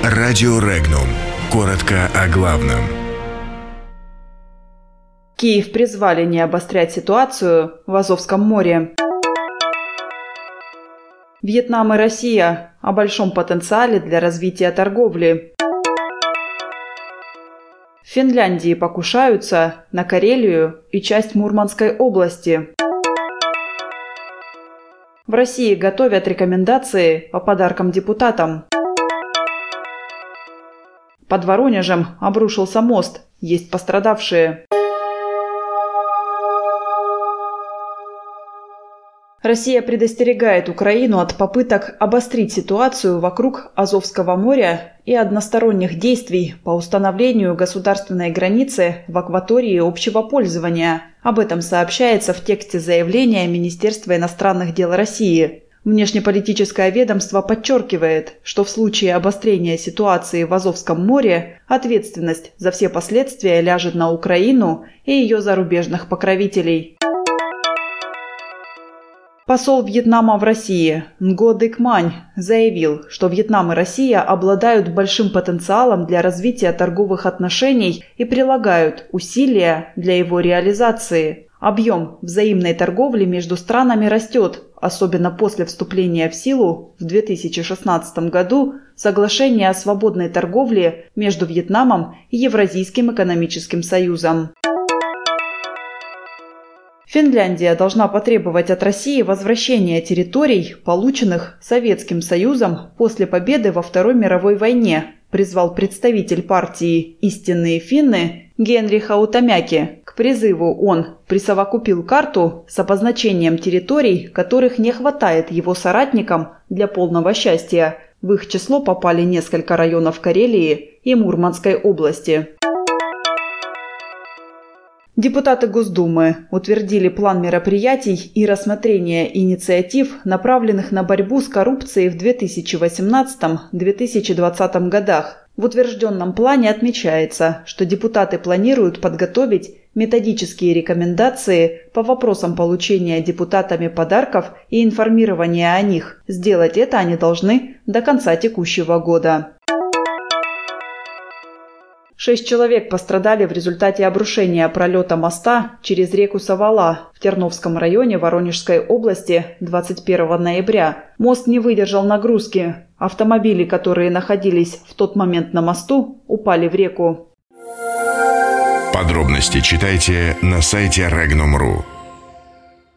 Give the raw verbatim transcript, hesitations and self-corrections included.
Радио Регнум. Коротко о главном. Киев призвали не обострять ситуацию в Азовском море. Вьетнам и Россия о большом потенциале для развития торговли. В Финляндии покушаются на Карелию и часть Мурманской области. В России готовят рекомендации по подаркам депутатам. Под Воронежем обрушился мост, есть пострадавшие. Россия предостерегает Украину от попыток обострить ситуацию вокруг Азовского моря и односторонних действий по установлению государственной границы в акватории общего пользования. Об этом сообщается в тексте заявления Министерства иностранных дел России. Внешнеполитическое ведомство подчеркивает, что в случае обострения ситуации в Азовском море ответственность за все последствия ляжет на Украину и ее зарубежных покровителей. Посол Вьетнама в России Ngo Dec Manh заявил, что Вьетнам и Россия обладают большим потенциалом для развития торговых отношений и прилагают усилия для его реализации. Объем взаимной торговли между странами растет, особенно после вступления в силу в две тысячи шестнадцатом году соглашения о свободной торговле между Вьетнамом и Евразийским экономическим союзом. Финляндия должна потребовать от России возвращения территорий, полученных Советским Союзом после победы во Второй мировой войне, призвал представитель партии «Истинные финны» Генри Хаутамяки. К призыву он присовокупил карту с обозначением территорий, которых не хватает его соратникам для полного счастья. В их число попали несколько районов Карелии и Мурманской области. Депутаты Госдумы утвердили план мероприятий и рассмотрения инициатив, направленных на борьбу с коррупцией в две тысячи восемнадцатом — две тысячи двадцатом годах. В утвержденном плане отмечается, что депутаты планируют подготовить методические рекомендации по вопросам получения депутатами подарков и информирования о них. Сделать это они должны до конца текущего года. Шесть человек пострадали в результате обрушения пролета моста через реку Савала в Терновском районе Воронежской области двадцать первого ноября. Мост не выдержал нагрузки. Автомобили, которые находились в тот момент на мосту, упали в реку. Подробности читайте на сайте регнум точка ру.